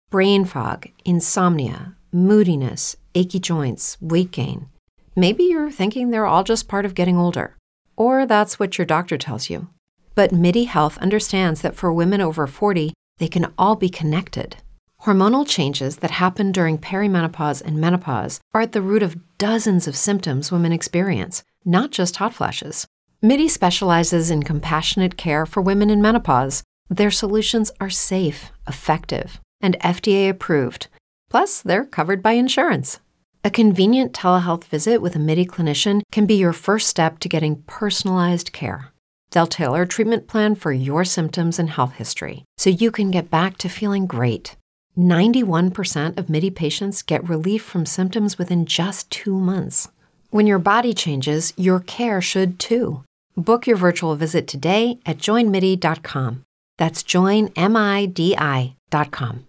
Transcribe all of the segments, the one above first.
brain fog, insomnia, moodiness, achy joints, weight gain. Maybe you're thinking they're all just part of getting older, or that's what your doctor tells you. But MIDI Health understands that for women over 40, they can all be connected. Hormonal changes that happen during perimenopause and menopause are at the root of dozens of symptoms women experience, not just hot flashes. MIDI specializes in compassionate care for women in menopause. Their solutions are safe, effective, and FDA approved. Plus, they're covered by insurance. A convenient telehealth visit with a MIDI clinician can be your first step to getting personalized care. They'll tailor a treatment plan for your symptoms and health history, so you can get back to feeling great. 91% of MIDI patients get relief from symptoms within just 2 months. When your body changes, your care should too. Book your virtual visit today at joinmidi.com. That's joinmidi.com.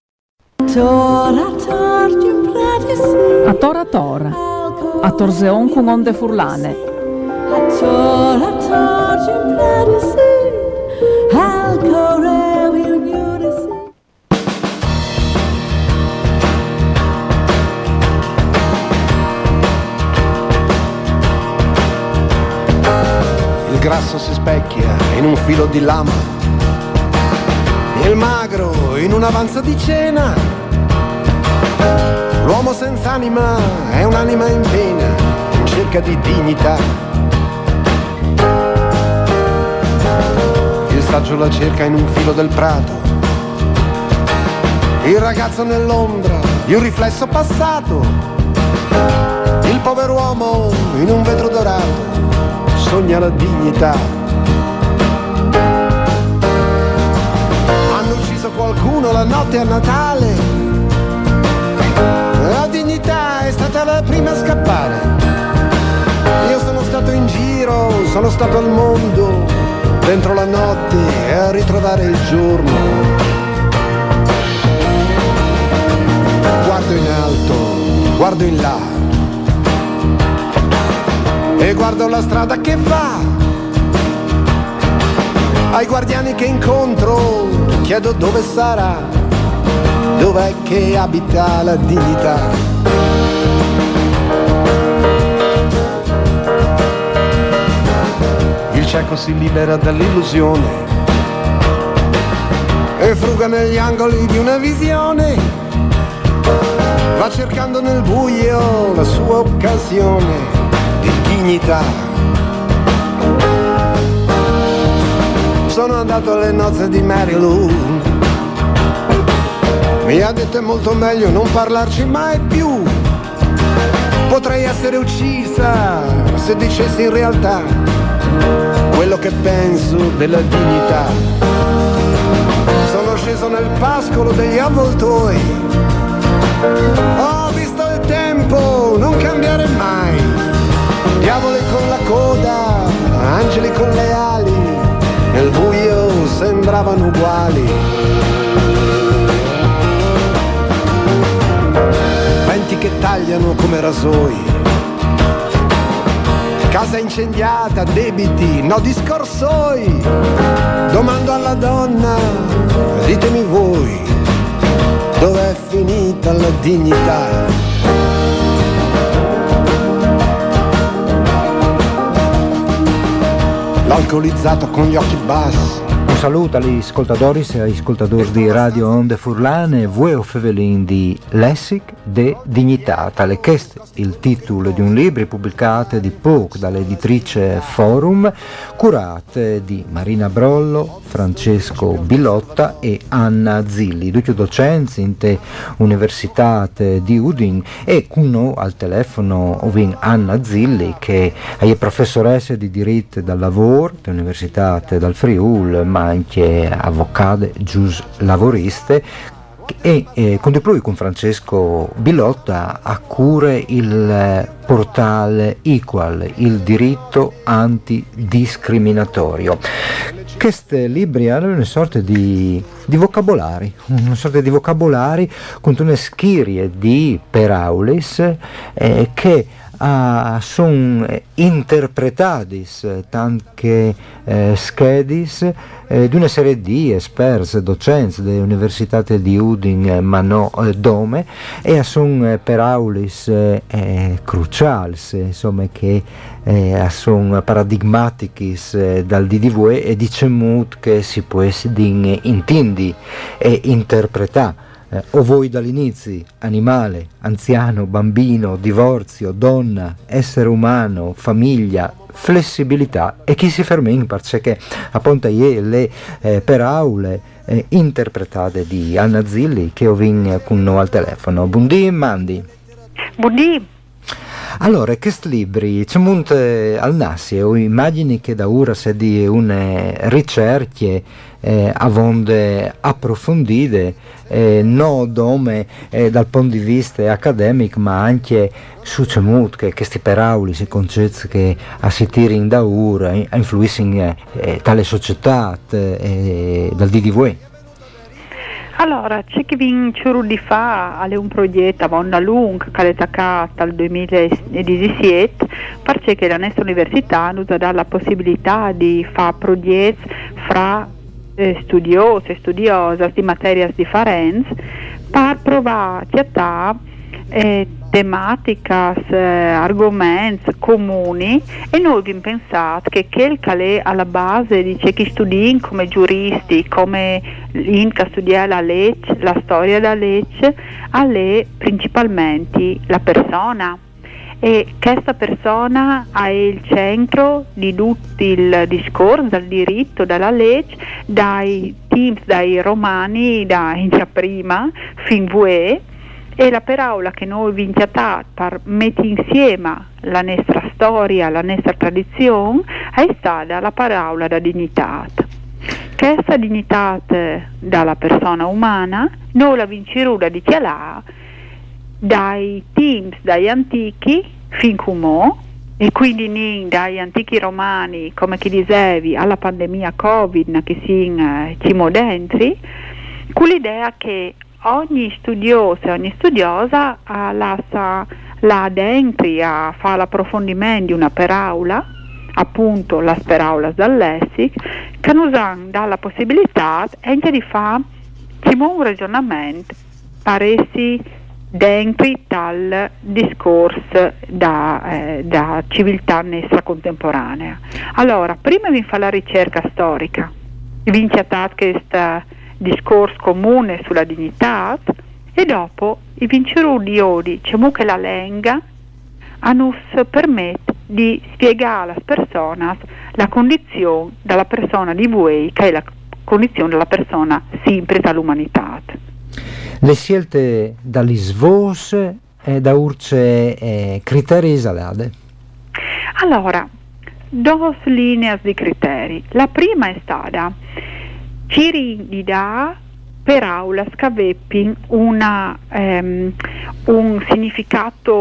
A Tora Tora, a Torseon con onde furlane. Il grasso si specchia in un filo di lama, il magro in un avanzo di cena. L'uomo senza anima è un'anima in pena, in cerca di dignità. Il saggio la cerca in un filo del prato, il ragazzo nell'ombra di un riflesso passato, il povero uomo in un vetro dorato sogna la dignità. Hanno ucciso qualcuno la notte a Natale, la dignità è stata la prima a scappare. Io sono stato in giro, sono stato al mondo, dentro la notte e a ritrovare il giorno. Guardo in alto, guardo in là e guardo la strada che va. Ai guardiani che incontro chiedo dove sarà, dov'è che abita la dignità. Il cieco si libera dall'illusione e fruga negli angoli di una visione, va cercando nel buio la sua occasione di dignità. Sono andato alle nozze di Mary Lou, mi ha detto è molto meglio non parlarci mai più. Potrei essere uccisa se dicessi in realtà quello che penso della dignità. Sono sceso nel pascolo degli avvoltoi, ho visto il tempo non cambiare mai. Diavoli con la coda, angeli con le ali, nel buio sembravano uguali. Venti che tagliano come rasoi, casa incendiata, debiti, nodi scorsoi. Domando alla donna, ditemi voi, dov'è finita la dignità? L'alcolizzato con gli occhi bassi. Un saluto agli ascoltatori e agli ascoltatori di Radio Onde Furlane, voi o fevelin di Lessic de Dignità, tale che il titolo di un libro pubblicato di poco dall'editrice Forum, curate di Marina Brollo, Francesco Bilotta e Anna Zilli, due docenti in te Università di Udin, e uno al telefono ovin Anna Zilli che è professoressa di diritto dal lavoro dell'Università dal Friul, ma anche avvocate gius lavoriste, e con di più con Francesco Bilotta a cure il portale Equal, il diritto antidiscriminatorio. Questi libri hanno una sorta di vocabolari, con una schiera di peraulis che sono interpretati anche schedis di una serie di esperti, docenti delle università di Udine, ma no Dome, e sono paraulis cruciali, insomma, che sono paradigmatici dal DDV e diciamo che si può intindi e interpretare. O voi dall'inizio, animale, anziano, bambino, divorzio, donna, essere umano, famiglia, flessibilità, e chi si ferma in perché appunto le paraule interpretate di Anna Zilli che ho vinto con noi al telefono. Buondì Mandi. Buondì. Allora, questi libri c'è molto al nasce, o immagini che da ora si di una ricerche avonde approfondite, non dome dal punto di vista accademico, ma anche su che questi parauli, si concetti che a si tirano da ora, influiscono in tale società dal DDV. Allora, c'è chi viene di fa alle un progetto a Vonna Lung che è attaccato al 2017 perché la nostra università nos dà la possibilità di fare progetti fra studiosi e studiose di materie differenti per provare a trattare tematiche, argomenti comuni, e noi abbiamo pensato che quel che è alla base di chi studia come giuristi, come che studia la legge, la storia della legge, è principalmente la persona, e questa persona è il centro di tutto il discorso dal diritto, dalla legge, dai teams, dai romani, da prima fin a e la parola che noi vinciamo per mettere insieme la nostra storia, la nostra tradizione, è stata la parola da dignità. Questa dignità dalla persona umana noi la vinciamo da dichiarare dai teams, dagli antichi fin come, e quindi dagli antichi romani, come chi dicevi, alla pandemia Covid che si cimo dentro, con l'idea che ogni studioso e ogni studiosa la dentro a fare l'approfondimento di una parola, appunto la parola dal lessico, che nos dà la possibilità anche di fare un ragionamento per essi dentro tal discorso da civiltà nostra contemporanea. Allora, prima vi fa la ricerca storica, vi incettate questo discorso comune sulla dignità, e dopo i vincitori di oggi, c'è che la lingua nos permette di spiegare alle persone la condizione della persona di voi, che è la condizione della persona sempre dall'umanità. Le scelte dagli svos e da urce criteri isolati? Allora, due linee di criteri. La prima è stata ci ridà per aula scaveppin un significato,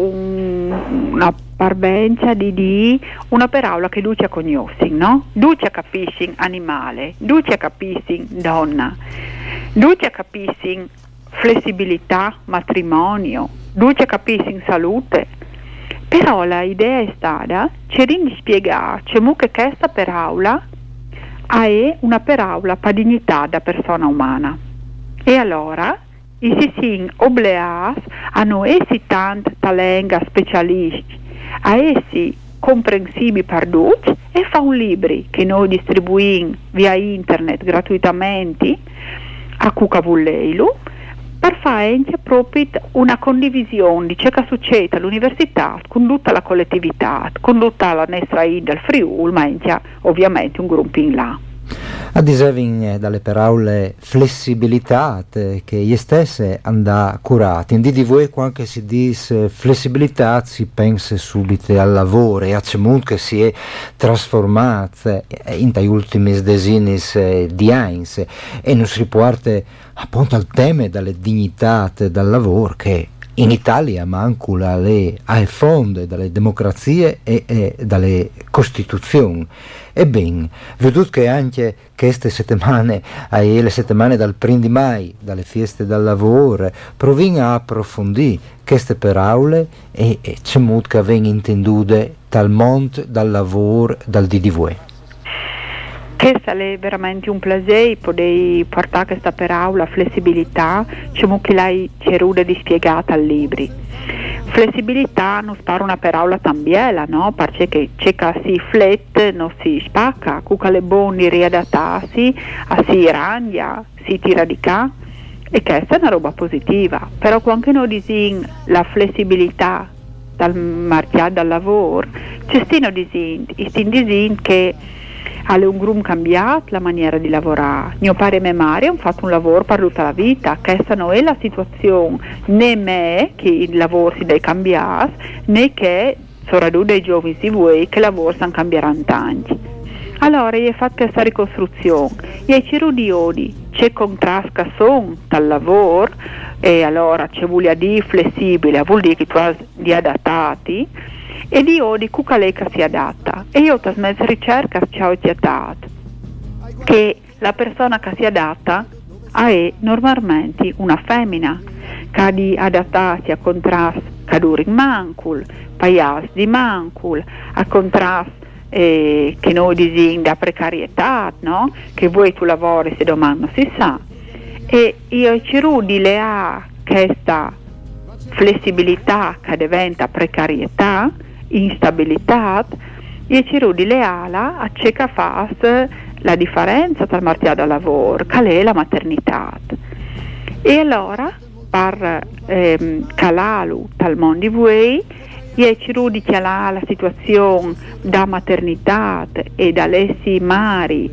una parvenza di una per aula che duce a cognoscin, no? Duce a capiscin animale, duce a capiscin donna, duce a capiscin flessibilità, matrimonio, duce a capiscin salute. Però la idea è stata di spiegare che questa per aula è una parola per dignità da persona umana. E allora si sin obbligati a non essere tanto talenga specialisti, a essi comprensibili per tutti, e fa un libro che noi distribuiamo via internet gratuitamente a Cucavulleilu, per fare anche proprio una condivisione di ciò che succede all'università con tutta la collettività, con tutta la nostra del Friuli, ma anche ovviamente un gruppo in là. A dicevi dalle parole flessibilità che io stesse andà curate. In DDV quando si dice flessibilità si pensa subito al lavoro e a ciò che si è trasformato in gli ultimi decenni di anni, e non si riporta appunto al tema delle dignità dal lavoro che in Italia manco alle fonde dalle democrazie e dalle costituzioni. Ebbene, veduto che anche queste settimane, le settimane dal 1 maio, dalle feste del lavoro, provino a approfondire queste parole e c'è molto che vengono intendute dal mondo, dal lavoro, dal DDV. Questo è veramente un piacere poter portare questa parola flessibilità, come che lei cerca di spiegare al libro. Flessibilità non spara una parola tan biela, no? Perché c'è che si flette, non si spacca, cuca le buone riadattarsi, si rangia, si tira di ca, e questa è una roba positiva. Però quando noi diciamo la flessibilità dal marchiare dal lavoro, ci stiamo dicendo che alle un gruppo cambiato la maniera di lavorare. Mio padre e mia madre hanno fatto un lavoro per tutta la vita, questa non è la situazione né me che il lavoro si deve cambiare, né che sono dei giovani di voi che il lavoro si cambieranno tanti. Allora io ho fatto questa ricostruzione e ai cirurgioni c'è contrasto dal lavoro e allora ci vuole dire flessibile, vuol dire che tu hai di adattati e di oggi cucaleca si adatta e io ho trasmesso ricerca ci ho dato che la persona che si adatta è normalmente una femmina che ha di adattarsi a contrasto che dura in mancul, paias di mancul, a contrasto che noi diciamo da precarietà, no? Che vuoi tu lavori se domani non si sa e io cerco di leare questa flessibilità che diventa precarietà, instabilità e cerco di learla a ciò che fa la differenza tra il martiale da lavoro, che è la maternità. E allora per calarlo dal mondo di voi e cerco di chiarire la situazione da maternità e dall'essi mari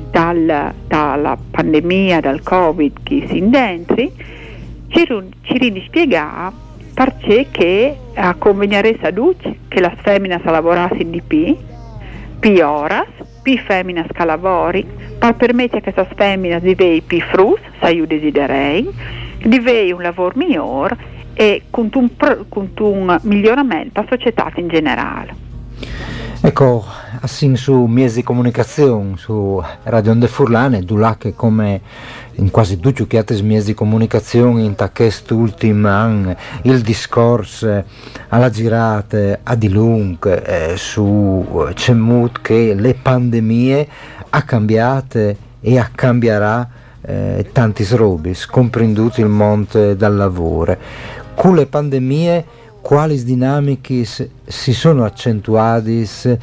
dalla pandemia, dal Covid che si indentri, cerco di spiegare perché a conveniare saduci che la femmina sa lavorare di più oras, più femmina che lavori, per permettere che questa femmina di avere più frus, se io desiderei, di avere un lavoro migliore e con un miglioramento per la società in generale. Ecco, assim su mezzi di comunicazione, su Radio Onde Furlane, che come in quasi tutti gli altri mezzi di comunicazione in quest'ultimo anno il discorso alla girata a di lungo su c'è molto che le pandemie ha cambiato e cambierà tanti robe, comprenduto il mondo del lavoro. Con le pandemie quali dinamiche si sono accentuate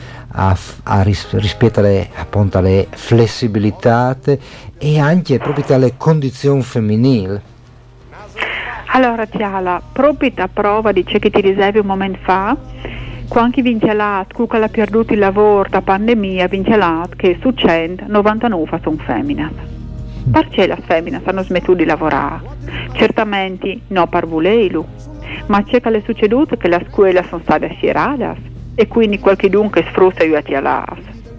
rispetto alle flessibilità e anche proprio alle condizioni femminili? Allora Tiala, proprio a prova di ciò che ti riservi un momento fa, quando vincialat, che ha perduto il lavoro da pandemia, vincialat che su 100, 99 sono femmine. Perché le femmine hanno smesso di lavorare? Certamente non per volerlo, ma c'è che è succeduto che le scuole sono state ascierate e quindi qualcuno che sfrutta aiuti all'as.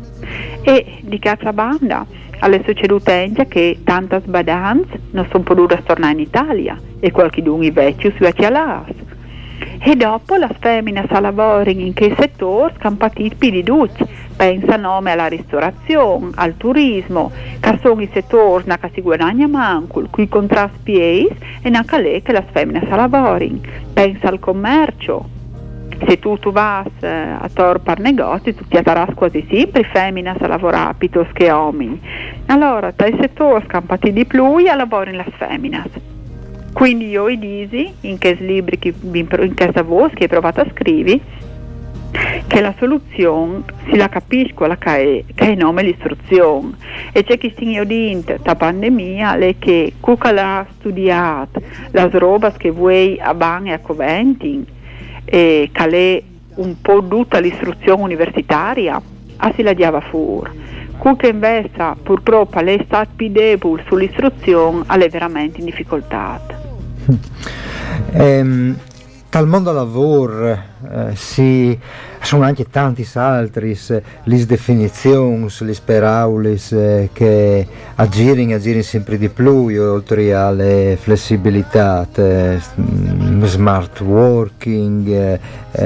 E di cazzo banda alle succeduto anche che tante sbadanze non sono potute tornare in Italia e qualcuno invece si aiuti all'as. E dopo le femmine che lavorano in che settore sono partite più di tutti. Pensa nome alla ristorazione, al turismo, che sono i settori che si guadagna manco, cui contrasti piedi e anche lì che le femmine si lavorano. Pensa al commercio. Se tu vai a tor per negozi, tu ti atterrai quasi sempre femmine a lavorare piuttosto che uomini. Allora, tra i settori scampati di più e lavorano le femmine. Quindi io dico, in questo libro, in questa voce che hai provato a scrivere, che la soluzione si la capisce quella che è nome l'istruzione e c'è chi si dinte la pandemia è che cuca l'ha studiato le robe che vuoi a banche e a coventi e che è un po' tutta l'istruzione universitaria si la diava fuori cuca invece purtroppo è stato più debole sull'istruzione è veramente in difficoltà. Dal mondo del lavoro sono anche tanti altri le definizioni, le parole che aggirano sempre di più oltre alle flessibilità. smart working,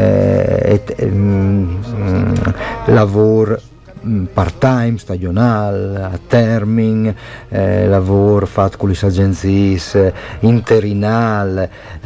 lavoro part-time, stagionale, a termine, lavoro fatto con le agenzie, interinale,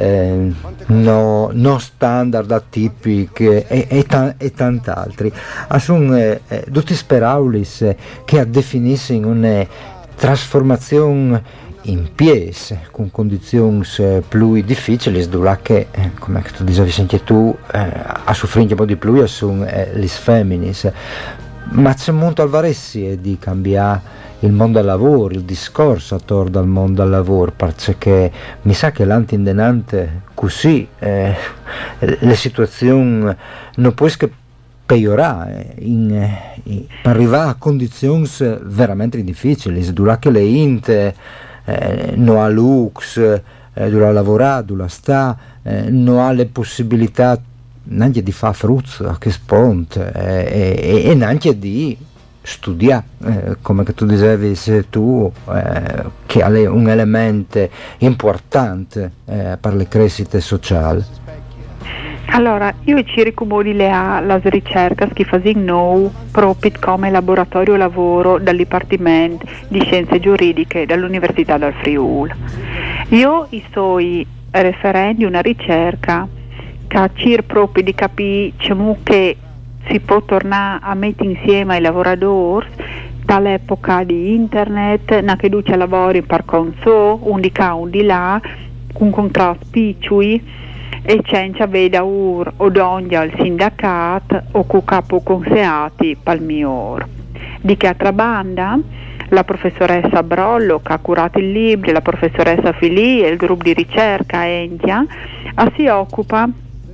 no standard atipiche e tant'altri. Sono tutti speraulis che definissero una trasformazione in pies con condizioni più difficili, dove che, come tu dicevi anche tu, a soffrire un po' di più sono le femmine. Ma c'è molto al varessi di cambiare il mondo del lavoro, il discorso attorno al mondo del lavoro, perché mi sa che l'antindenante così le situazioni non può che peggiorare per arrivare a condizioni veramente difficili, dove che le inte non ha lux, dove lavorare, dove sta, non ha le possibilità neanche di fare fruzzo a che spunto e neanche di studiare, come che tu dicevi tu, che è un elemento importante per le crescite sociali. Allora, io ci ricomodi le ricerche che fanno proprio come laboratorio lavoro dal Dipartimento di Scienze Giuridiche dall'Università del Friuli. Io sto referendo una ricerca che cerca proprio di capire che si può tornare a mettere insieme i lavoratori dall'epoca di internet, na che duce lavori per conso, un di qua, un di là, con contrasti piccoli, e senza veda o donja al sindacato o con capo conseati pal miglior. Di che altra banda, la professoressa Brollo, che ha curato il libro, la professoressa Filì e il gruppo di ricerca Entia, si occupa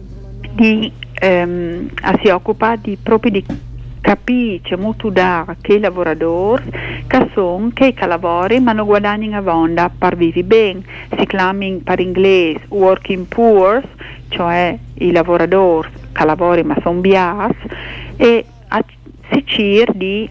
di proprio di capire molto da che i lavoratori che sono che lavori ma non guadagnano a vonda per vivere bene, si chiamano per inglese working poor, cioè i lavoratori che lavorano ma sono bias, e si cerca di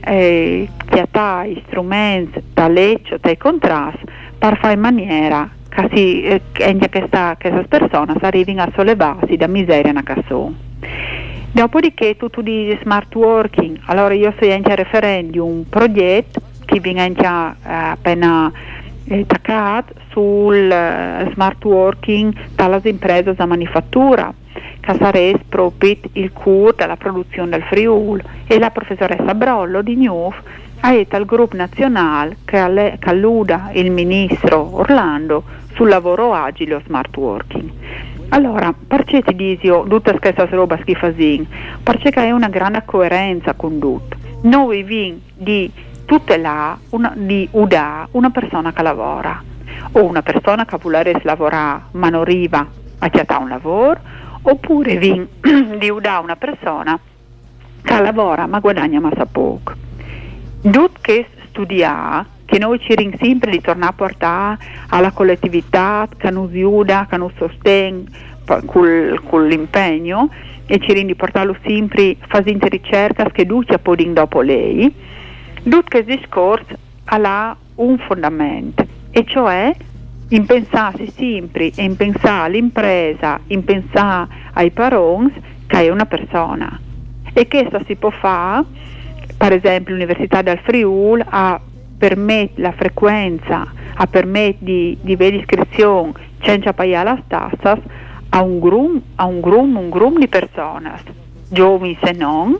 chiatare strumenti da leccio, dai contrasti per fare in maniera che queste persone arrivino a sollevarsi da miseria in casa. Dopodiché tu dici smart working, allora io sto anche referendo un progetto che viene appena attaccato sul smart working dalle imprese da manifattura, che sarebbe proprio il cuore della produzione del Friuli, e la professoressa Brollo di Gnuf ha detto al gruppo nazionale che alluda il ministro Orlando sul lavoro agile o smart working. Allora, perché ti dici tutte queste robe che fanno? Perché è una grande coerenza con tutto. Noi vin di tutelare, di udare una persona che lavora, o una persona che vuole lavorare ma non arriva a chiattare un lavoro, oppure vin di udare una persona che lavora ma guadagna massa poco. Tutto che studiare, che noi ci rin sempre di tornare a portare alla collettività, che non si uda, che non sostiene con l'impegno, e ci rin di portarlo sempre facendo ricerche che duce poi dopo lei, tutto questo discorso ha un fondamento, e cioè in pensarsi sempre, in pensare all'impresa, in pensare ai parents che è una persona, e questo si può fare, per esempio l'Università del Friuli ha permette la frequenza, a permette di avere iscrizione senza pagare le tasse a un gruppo di persone, giovani se non,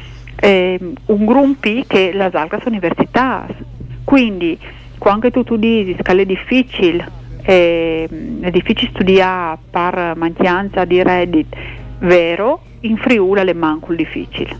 un gruppo che le altre università. Quindi, quando tu dici che è difficile studiare per mancanza di reddito, vero, in Friuli è manco difficile.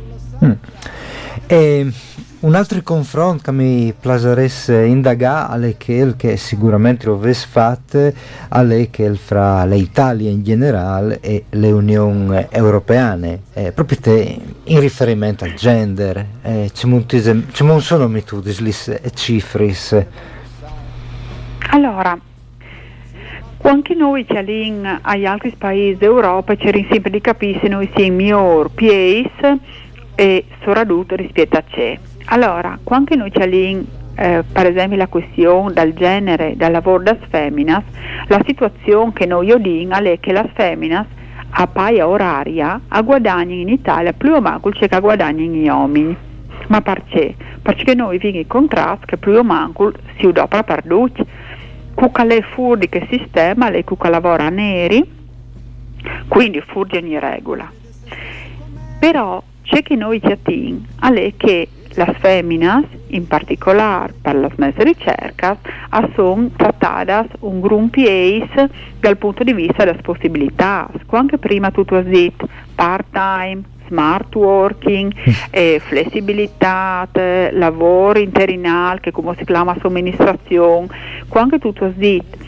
Un altro confronto che mi piacerebbe indagare è che sicuramente lo avessi fatto è che fra l'Italia in generale e le Unioni Europee, proprio in riferimento al gender, ci sono metodi le cifre. Allora, anche noi che all'in agli altri paesi d'Europa cerchiamo sempre di capire se noi siamo migliori paesi e soprattutto rispetto a c'è. Allora, quando noi ci all'in per esempio la questione del genere, del lavoro das femmine, la situazione che noi odin è che le femmine a paia oraria a guadagnano in Italia più o meno quello che guadagnano gli uomini. Ma perché? Perché noi viviamo in contrasto che più o meno si udopra per tutti. Cucca lei fuori di che sistema, lei cucca lavora neri, quindi fuori di ogni regola. Però c'è che noi ci attiamo è che le femmine, in particolare per le messe ricerche, sono trattate un grumpies dal punto di vista delle possibilità. Anche prima tutto è detto part-time, smart working, flessibilità, lavoro interinale, che come si chiama somministrazione, anche tutto è detto.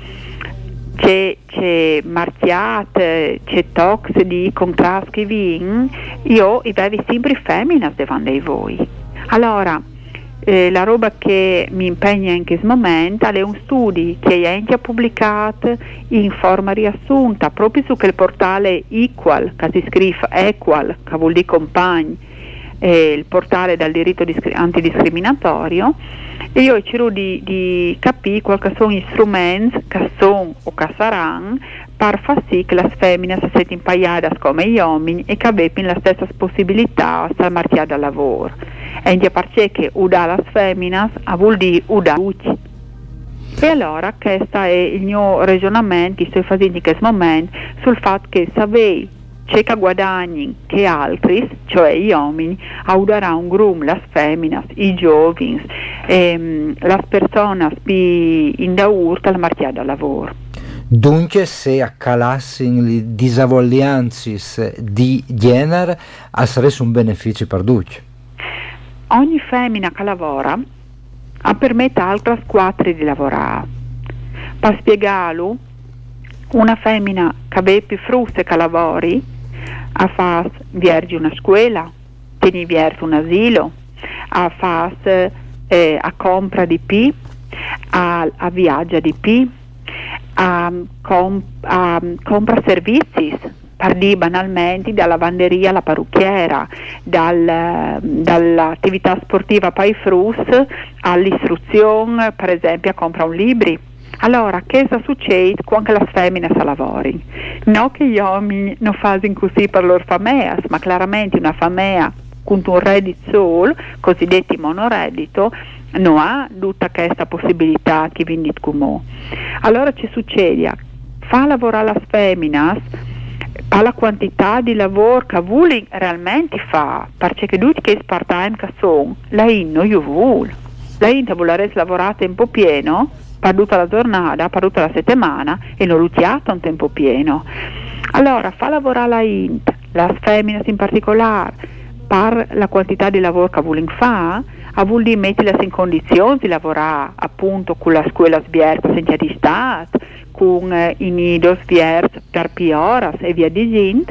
C'è marchiate, c'è tox di contrasti che vin, io i bevi sempre femmine davanti a voi. Allora, la roba che mi impegna in questo momento è un studio che è già pubblicato in forma riassunta proprio su quel portale Equal, che si scrive Equal, che vuol dire compagni, il portale del diritto antidiscriminatorio, e io cerco di capire quali sono gli strumenti che sono o che saranno per far sì che le femmine si sentano impaiate come gli uomini e che abbiano le stesse possibilità al marchiare del lavoro. E in perché udare le femmine vuol dire udare tutti. E allora questo è il mio ragionamento che sto facendo in questo momento sul fatto che se c'è che guadagni che altri, cioè gli uomini, audarà un gruppo, le femmine, i giovani, le persone in da urta al marchiare del lavoro. Dunque, se accalassero le disavollianze di genere, sarebbe un beneficio per tutti. Ogni femmina che lavora permette a altre quattro di lavorare. Per spiegarlo, una femmina che ha più fruste che lavori, a fare viergi una scuola, tieni viergi un asilo, a fare a compra di P, a viaggia di P, a compra servizi, per dire banalmente dalla lavanderia alla parrucchiera, dall'attività sportiva per i frus all'istruzione, per esempio a comprare un libro. Allora, cosa succede quando le femmine si lavorano? Non che gli uomini non fanno così per loro famiglie, ma chiaramente una famiglia con un reddito solo, cosiddetti monoreddito, non ha tutta questa possibilità che vi dico come. Allora ci succede, fa lavorare le femmine per la quantità di lavoro che vuole realmente fa, perché tutti che part-time che sono, lei non io vuole. Lei vuole lavorare a tempo pieno, per tutta la giornata, per tutta la settimana e non lutiato un tempo pieno. Allora fa lavorare la femmina in particolare per la quantità di lavoro che vuole fare, vuol dire metterla in condizioni di lavorare appunto con la scuola sbierta senza di Stato, con i nido sbierti per più ore e via dicendo,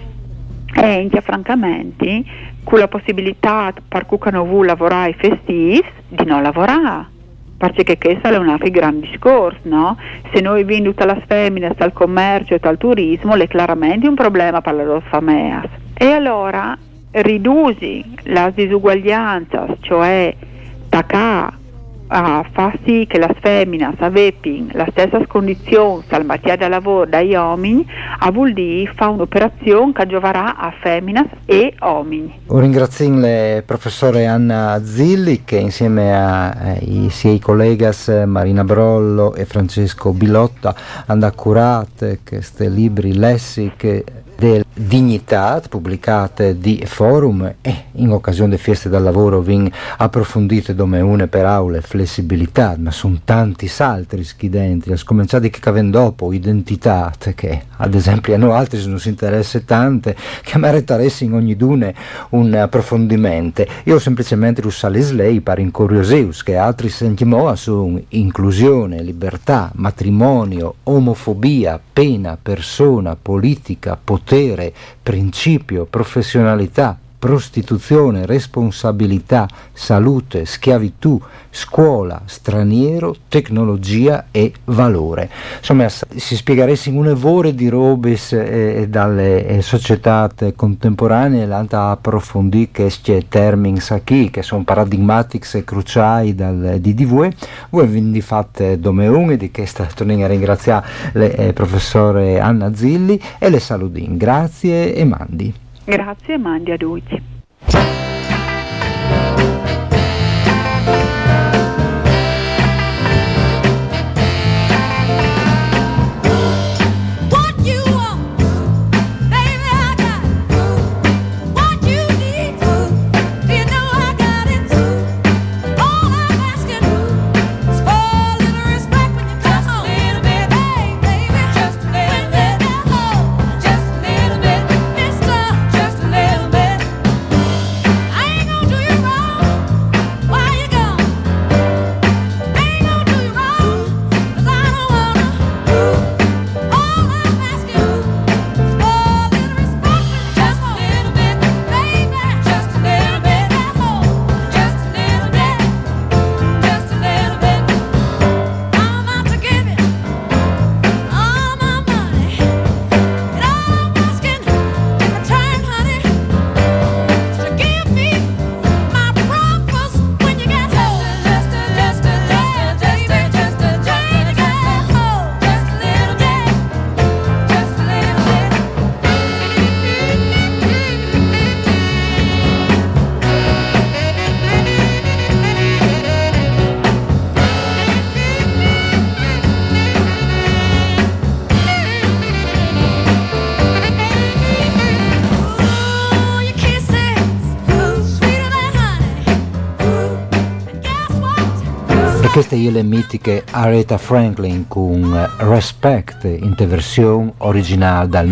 e francamente con la possibilità per cui non vuole lavorare ai festivi di non lavorare. Perché questo è un altro grande discorso, no? Se noi vendiamo tutte le femmine dal commercio e dal turismo, è chiaramente un problema per le loro famiglie. E allora riduci la disuguaglianza, cioè tacca a far sì che le femmine avessero le stesse condizioni al marchiare del lavoro dagli uomini, vuol dire fare un'operazione che gioverà a femmine e uomini. Ringrazio il professore Anna Zilli che insieme ai suoi colleghi Marina Brollo e Francesco Bilotta hanno curato questi libri lessici del Dignità, pubblicate di Forum e in occasione delle feste del lavoro vin approfondite come une per aule flessibilità, ma sono tanti altri schidenti, scominciati che caven dopo, identità, che ad esempio hanno altri se non si interessa tante, che meriteressi in ogni dune un approfondimento. Io semplicemente russales lei per incuriosius che altri sentimoa su inclusione, libertà, matrimonio, omofobia, pena, persona, politica, potere, principio, professionalità, prostituzione, responsabilità, salute, schiavitù, scuola, straniero, tecnologia e valore. Insomma, si spiegheresti un evore di robes dalle società contemporanee, l'altra approfondì questi termini qui, che sono paradigmatici e cruciali di voi. Voi vi fate domeun e di questa torniamo a ringraziare il professore Anna Zilli e le saludin. Grazie e mandi. Grazie e mandi a tutti. Queste sono le mitiche Aretha Franklin con Respect in versione originale dal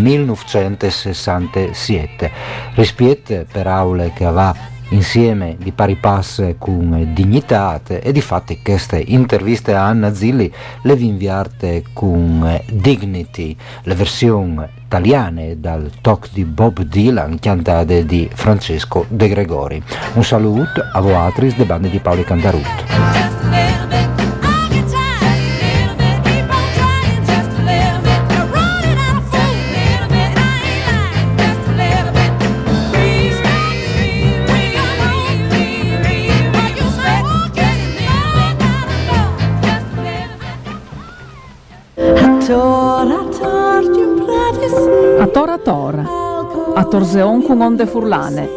1967. Rispetto per aule che va insieme di pari passo con dignità e di fatti queste interviste a Anna Zilli le vi inviate con Dignity, le versioni italiane dal talk di Bob Dylan cantate di Francesco De Gregori. Un saluto a voatris de bande di Paoli Cantarut. A tora tora, a torzeon con onde furlane.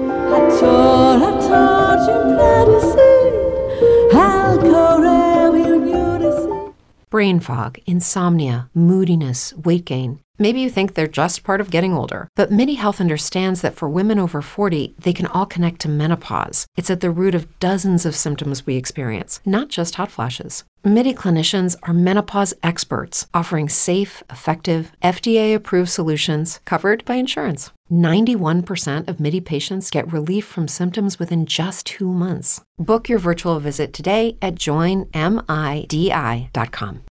Brain fog, insomnia, moodiness, weight gain. Maybe you think they're just part of getting older, but MIDI Health understands that for women over 40, they can all connect to menopause. It's at the root of dozens of symptoms we experience, not just hot flashes. MIDI clinicians are menopause experts, offering safe, effective, FDA-approved solutions covered by insurance. 91% of MIDI patients get relief from symptoms within just 2 months. Book your virtual visit today at joinmidi.com.